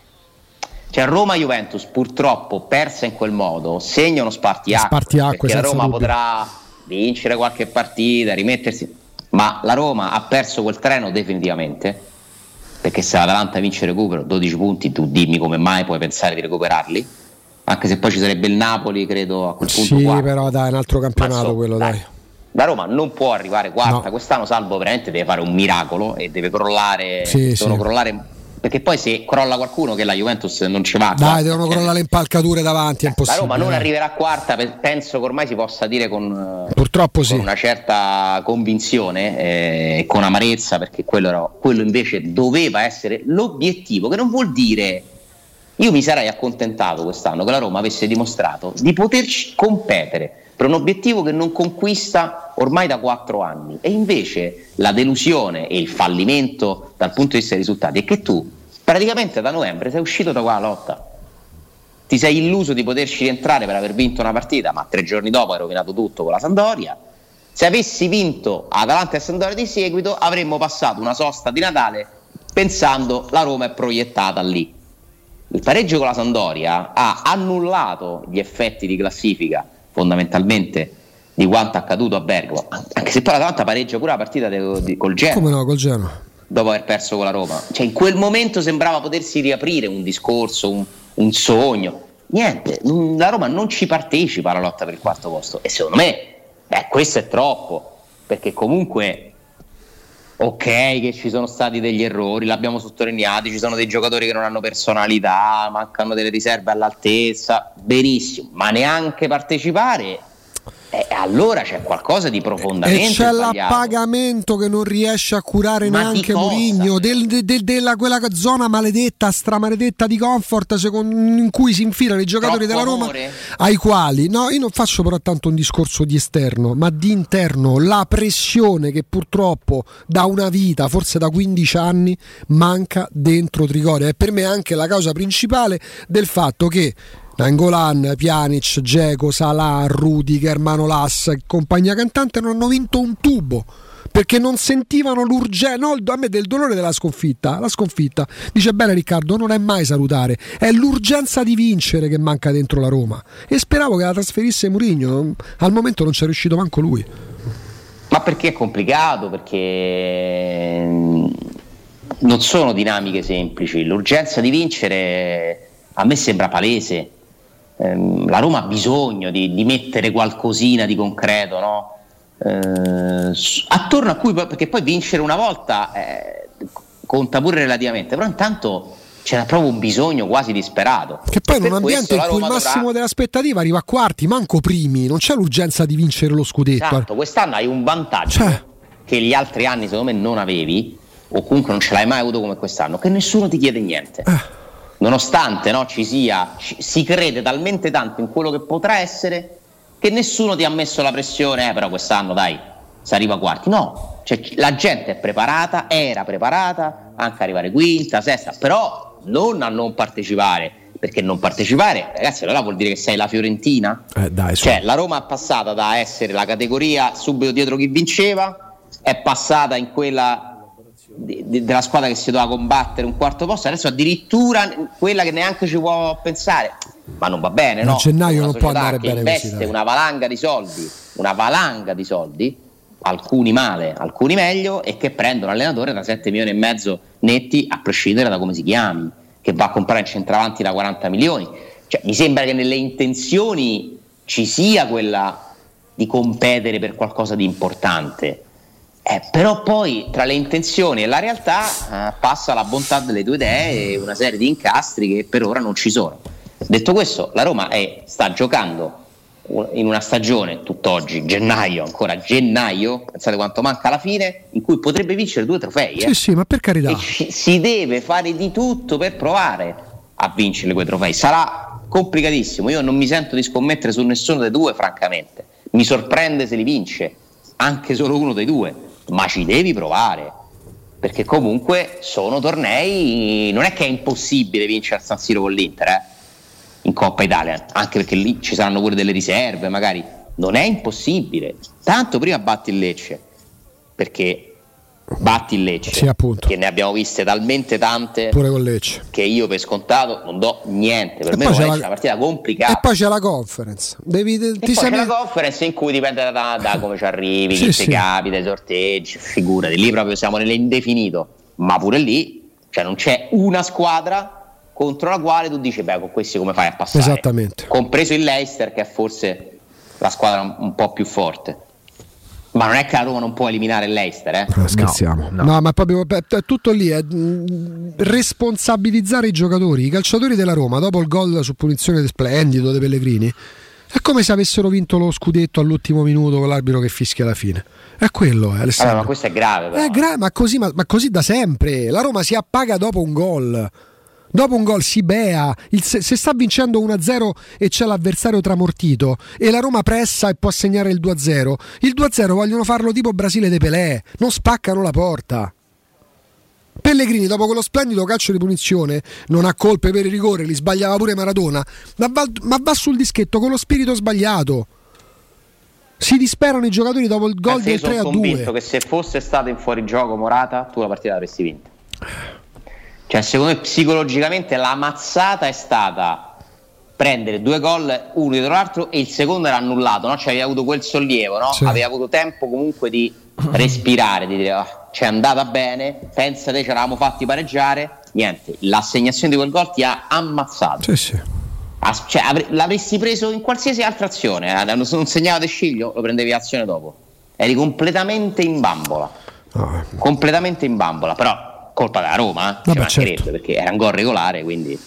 Roma Juventus purtroppo persa in quel modo segna uno spartiacque, perché la Roma potrà vincere qualche partita, rimettersi, ma la Roma ha perso quel treno definitivamente, perché se l'Atalanta vince recupero 12 punti, tu dimmi come mai puoi pensare di recuperarli? Anche se poi ci sarebbe il Napoli, credo, a quel punto. Sì, però dai, è un altro campionato quello, dai. La Roma non può arrivare quarta quest'anno, salvo veramente deve fare un miracolo e deve crollare, crollare, perché poi se crolla qualcuno, che la Juventus non ci va. Dai, devono crollare le impalcature davanti, è impossibile. La Roma non arriverà quarta, penso che ormai si possa dire con una certa convinzione e con amarezza, perché quello invece doveva essere l'obiettivo, che non vuol dire. Io mi sarei accontentato quest'anno che la Roma avesse dimostrato di poterci competere per un obiettivo che non conquista ormai da 4 anni, e invece la delusione e il fallimento dal punto di vista dei risultati è che tu praticamente da novembre sei uscito da quella lotta, ti sei illuso di poterci rientrare per aver vinto una partita, ma 3 giorni dopo hai rovinato tutto con la Sampdoria. Se avessi vinto Atalanta e Sampdoria di seguito avremmo passato una sosta di Natale pensando la Roma è proiettata lì. Il pareggio con la Sampdoria ha annullato gli effetti di classifica fondamentalmente di quanto accaduto a Bergamo, anche se poi l'Atalanta pareggia pure la partita col Genoa. Come no, col Genoa, dopo aver perso con la Roma. In quel momento sembrava potersi riaprire un discorso, un sogno. Niente, la Roma non ci partecipa alla lotta per il 4º posto, e secondo me questo è troppo, perché comunque ok che ci sono stati degli errori, l'abbiamo sottolineato, ci sono dei giocatori che non hanno personalità, mancano delle riserve all'altezza, benissimo, ma neanche partecipare, allora c'è qualcosa di profondamente c'è sbagliato. L'appagamento che non riesce a curare neanche Mourinho della quella zona maledetta, stramaledetta di comfort in cui si infilano i giocatori della Roma, ai quali io non faccio però tanto un discorso di esterno ma di interno, la pressione che purtroppo da una vita, forse da 15 anni, manca dentro Trigoria, è per me anche la causa principale del fatto che Nainggolan, Pjanic, Dzeko, Salah, Rudiger, Manolas e compagnia cantante non hanno vinto un tubo, perché non sentivano l'urgenza. A me del dolore della sconfitta, la sconfitta, dice bene Riccardo, non è mai salutare, è l'urgenza di vincere che manca dentro la Roma, e speravo che la trasferisse Mourinho, al momento non c'è riuscito manco lui. Ma perché è complicato, perché non sono dinamiche semplici, l'urgenza di vincere a me sembra palese. La Roma ha bisogno di mettere qualcosina di concreto, no? attorno a cui, perché poi vincere una volta conta pure relativamente, però intanto c'era proprio un bisogno quasi disperato, che poi in un ambiente in cui il massimo dell'aspettativa arriva a quarti, manco primi, non c'è l'urgenza di vincere lo scudetto. Esatto, quest'anno hai un vantaggio che gli altri anni secondo me non avevi, o comunque non ce l'hai mai avuto come quest'anno, che nessuno ti chiede niente, nonostante si crede talmente tanto in quello che potrà essere che nessuno ti ha messo la pressione, però quest'anno dai, si arriva a quarti. No, cioè, la gente è preparata, era preparata anche a arrivare quinta, sesta, però non a non partecipare, perché non partecipare, ragazzi, allora vuol dire che sei la Fiorentina? Cioè la Roma è passata da essere la categoria subito dietro chi vinceva, è passata in quella della squadra che si doveva combattere un quarto posto, adesso addirittura quella che neanche ci può pensare, ma non va bene, no? A gennaio non può andare che bene investe così, una valanga di soldi, alcuni male, alcuni meglio, e che prende un allenatore da 7 milioni e mezzo netti, a prescindere da come si chiami, che va a comprare in centravanti da 40 milioni. Cioè, mi sembra che nelle intenzioni ci sia quella di competere per qualcosa di importante. Però poi tra le intenzioni e la realtà passa la bontà delle tue idee e una serie di incastri che per ora non ci sono. Detto questo, la Roma sta giocando in una stagione, tutt'oggi, ancora gennaio, pensate quanto manca alla fine, in cui potrebbe vincere 2 trofei. Sì, ma per carità. E si deve fare di tutto per provare a vincere quei trofei. Sarà complicatissimo, io non mi sento di scommettere su nessuno dei due, francamente. Mi sorprende se li vince, anche solo uno dei due. Ma ci devi provare, perché comunque sono tornei, non è che è impossibile vincere al San Siro con l'Inter in Coppa Italia, anche perché lì ci saranno pure delle riserve, magari non è impossibile, tanto prima batti il Lecce, perché batti il Lecce, sì, appunto, che ne abbiamo viste talmente tante pure con Lecce, che io per scontato non do niente, per me è una partita complicata. E poi c'è la conference, c'è la conference in cui dipende da come ci arrivi, chi ti capita, i sorteggi, figurati, lì proprio siamo nell'indefinito, ma pure lì non c'è una squadra contro la quale tu dici con questi come fai a passare, esattamente, compreso il Leicester, che è forse la squadra un po' più forte. Ma non è che la Roma non può eliminare il Leicester, scherziamo. No, ma proprio è tutto lì, è responsabilizzare i giocatori, i calciatori della Roma dopo il gol su punizione splendido dei Pellegrini. È come se avessero vinto lo scudetto all'ultimo minuto con l'arbitro che fischia alla fine. È quello, Alessandro. Allora, ma questo è grave, però. È grave, ma così da sempre. La Roma si appaga dopo un gol. Dopo un gol si bea, se sta vincendo 1-0 e c'è l'avversario tramortito e la Roma pressa e può segnare il 2-0, il 2-0 vogliono farlo tipo Brasile de Pelé, non spaccano la porta. Pellegrini dopo quello splendido calcio di punizione non ha colpe per il rigore, li sbagliava pure Maradona, ma va sul dischetto con lo spirito sbagliato. Si disperano i giocatori dopo il gol del 3-2. Sono convinto che se fosse stato in fuorigioco Morata, tu la partita l'avresti vinta. Cioè, secondo me psicologicamente la mazzata è stata prendere 2 gol uno dietro l'altro e il secondo era annullato, no? Cioè aveva avuto quel sollievo, no? Sì. Aveva avuto tempo comunque di respirare, di dire c'è andata bene, pensate ci eravamo fatti pareggiare, niente, l'assegnazione di quel gol ti ha ammazzato. Sì. Cioè, l'avresti preso in qualsiasi altra azione, non segnava De Sciglio, lo prendevi azione dopo, eri completamente in bambola, però colpa della Roma, certo, perché era un gol regolare, quindi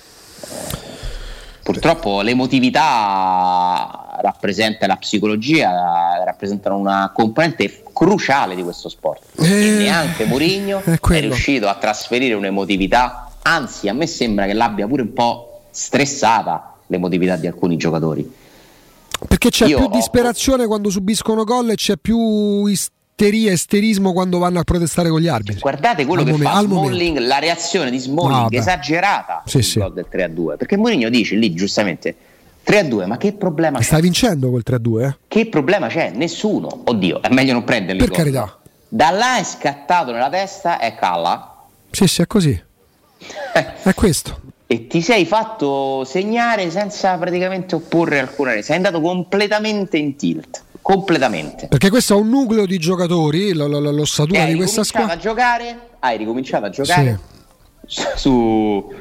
purtroppo l'emotività rappresenta, la psicologia rappresentano una componente cruciale di questo sport e neanche Mourinho è riuscito a trasferire un'emotività, anzi a me sembra che l'abbia pure un po' stressata l'emotività di alcuni giocatori, perché c'è più disperazione quando subiscono gol e c'è più esterismo quando vanno a protestare con gli arbitri. Guardate quello che fa Smalling, la reazione di Smalling esagerata sul gol del 3-2, perché Mourinho dice lì giustamente 3-2, ma che problema c'è? Stai vincendo col 3-2? Che problema c'è? Nessuno. Oddio, è meglio non prenderli. Per carità. Da là è scattato nella testa, è calla. Sì, è così. È questo. E ti sei fatto segnare senza praticamente opporre alcuna resa. Sei andato completamente in tilt. Completamente. Perché questo è un nucleo di giocatori, l'ossatura di questa squadra. Hai ricominciato a giocare su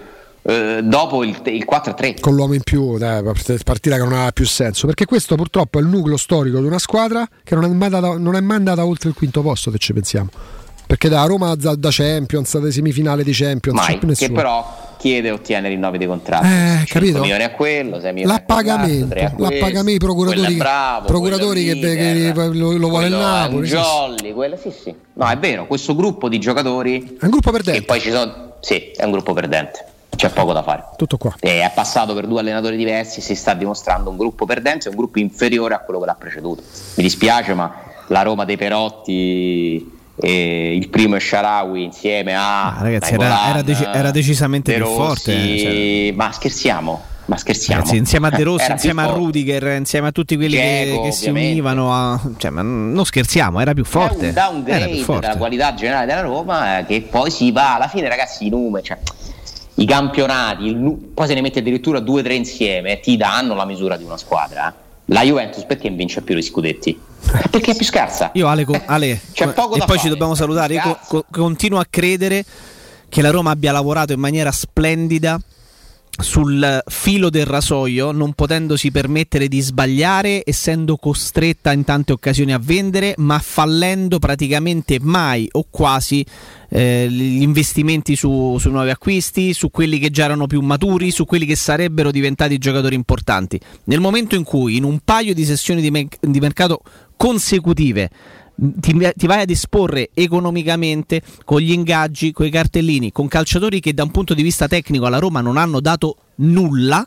dopo il 4-3 con l'uomo in più, partita che non aveva più senso, perché questo purtroppo è il nucleo storico di una squadra che non è mai andata oltre il quinto posto, se ci pensiamo, perché da Roma da Champions, da semifinale di Champions mai, che però chiede e ottiene rinnovi dei contratti, capito? 5 milioni a quello, 6 milioni l'appagamento, i procuratori che lo vuole il Napoli, Jolly, sì. No, è vero, questo gruppo di giocatori è un gruppo perdente, e poi ci sono, sì, è un gruppo perdente, c'è poco da fare, tutto qua. È passato per 2 allenatori diversi, si sta dimostrando un gruppo perdente, un gruppo inferiore a quello che l'ha preceduto. Mi dispiace, ma la Roma dei Perotti e il primo è Shaarawy insieme a ragazzi, era decisamente De più Rossi, forte, ma scherziamo. Ragazzi, insieme a De Rossi, insieme a Rudiger, insieme a tutti quelli che si univano ma non scherziamo, era più forte, è un downgrade della qualità generale della Roma, che poi si va alla fine, ragazzi, i numeri, i campionati, poi se ne mette addirittura 2-3 insieme, ti danno la misura di una squadra. La Juventus perché vince più gli scudetti? Perché è più scarsa. Io Ale c'è poco e da poi fare, ci dobbiamo salutare. Io continuo a credere che la Roma abbia lavorato in maniera splendida sul filo del rasoio, non potendosi permettere di sbagliare, essendo costretta in tante occasioni a vendere, ma fallendo praticamente mai o quasi gli investimenti su nuovi acquisti, su quelli che già erano più maturi, su quelli che sarebbero diventati giocatori importanti. Nel momento in cui in un paio di sessioni di mercato consecutive ti vai ad esporre economicamente con gli ingaggi, con i cartellini, con calciatori che da un punto di vista tecnico alla Roma non hanno dato nulla,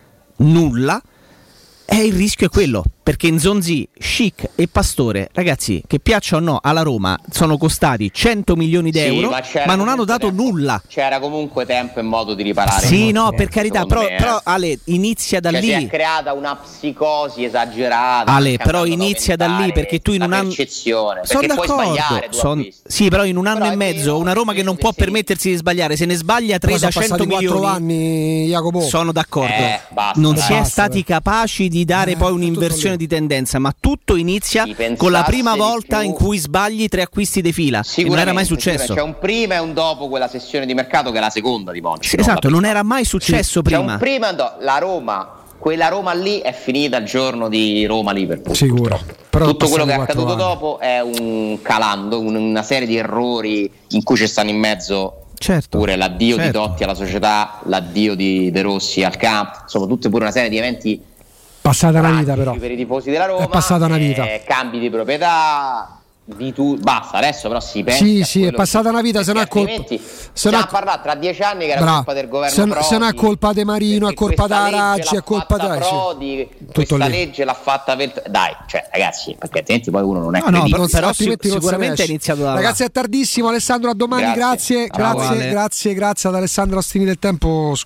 il rischio è quello, perché Nzonzi, Schick e Pastore, ragazzi, che piaccia o no alla Roma, sono costati 100 milioni di euro, ma non hanno dato nulla. C'era comunque tempo e modo di riparare. Sì, no, per carità, però Ale, inizia da lì. Si è creata una psicosi esagerata. Ale, però inizia da lì, perché tu in un anno... Sono d'accordo. Sì, però in un anno e mezzo, una Roma che non può permettersi di sbagliare, se ne sbaglia 3 da 100 milioni. 4 anni, Jacopo. Sono d'accordo. Non si è stati capaci di dare poi un'inversione di tendenza, ma tutto inizia con la prima volta in cui sbagli 3 acquisti di fila, e non era mai successo. C'è un prima e un dopo quella sessione di mercato che è la seconda di Monchi. Sì, esatto, non era mai successo prima. C'è un prima e un dopo. La Roma, quella Roma lì è finita il giorno di Roma-Liverpool. Sicuro. Però tutto quello che è accaduto dopo è un calando, una serie di errori in cui ci stanno in mezzo. Certo, pure l'addio di Totti alla società, l'addio di De Rossi al campo, insomma tutte pure una serie di eventi passata una vita, però per i tifosi della Roma, è passata una vita, cambi di proprietà, basta, adesso però si pensa. Sì, è passata una vita, se no è colpa. Stiamo parlando tra 10 anni che era colpa del governo Prodi, se no è colpa di Marino, è colpa da Raggi, è colpa da Prodi, questa legge l'ha fatta per... Dai, cioè ragazzi, perché altrimenti poi uno non è credibile. Però sicuramente è iniziato da... Ragazzi, è tardissimo, Alessandro, a domani. Grazie ad Alessandro Ostini del Tempo.